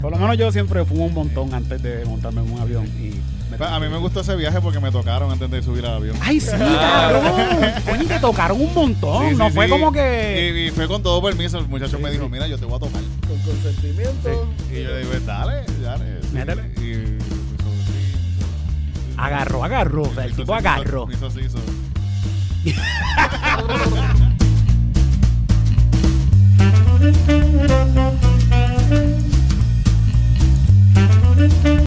Por lo menos yo siempre fumo un montón antes de montarme en un avión. A mí me gustó ese viaje porque me tocaron antes de subir al avión. ¡Ay, sí, cabrón! Coño, te tocaron un montón. Sí, No sí, fue sí. como que... Y fue con todo permiso. El muchacho me dijo, mira, yo te voy a tocar. Con consentimiento. Y yo le digo, dale. Métele. Y Agarró. O sea, el tipo agarró. Me hizo así,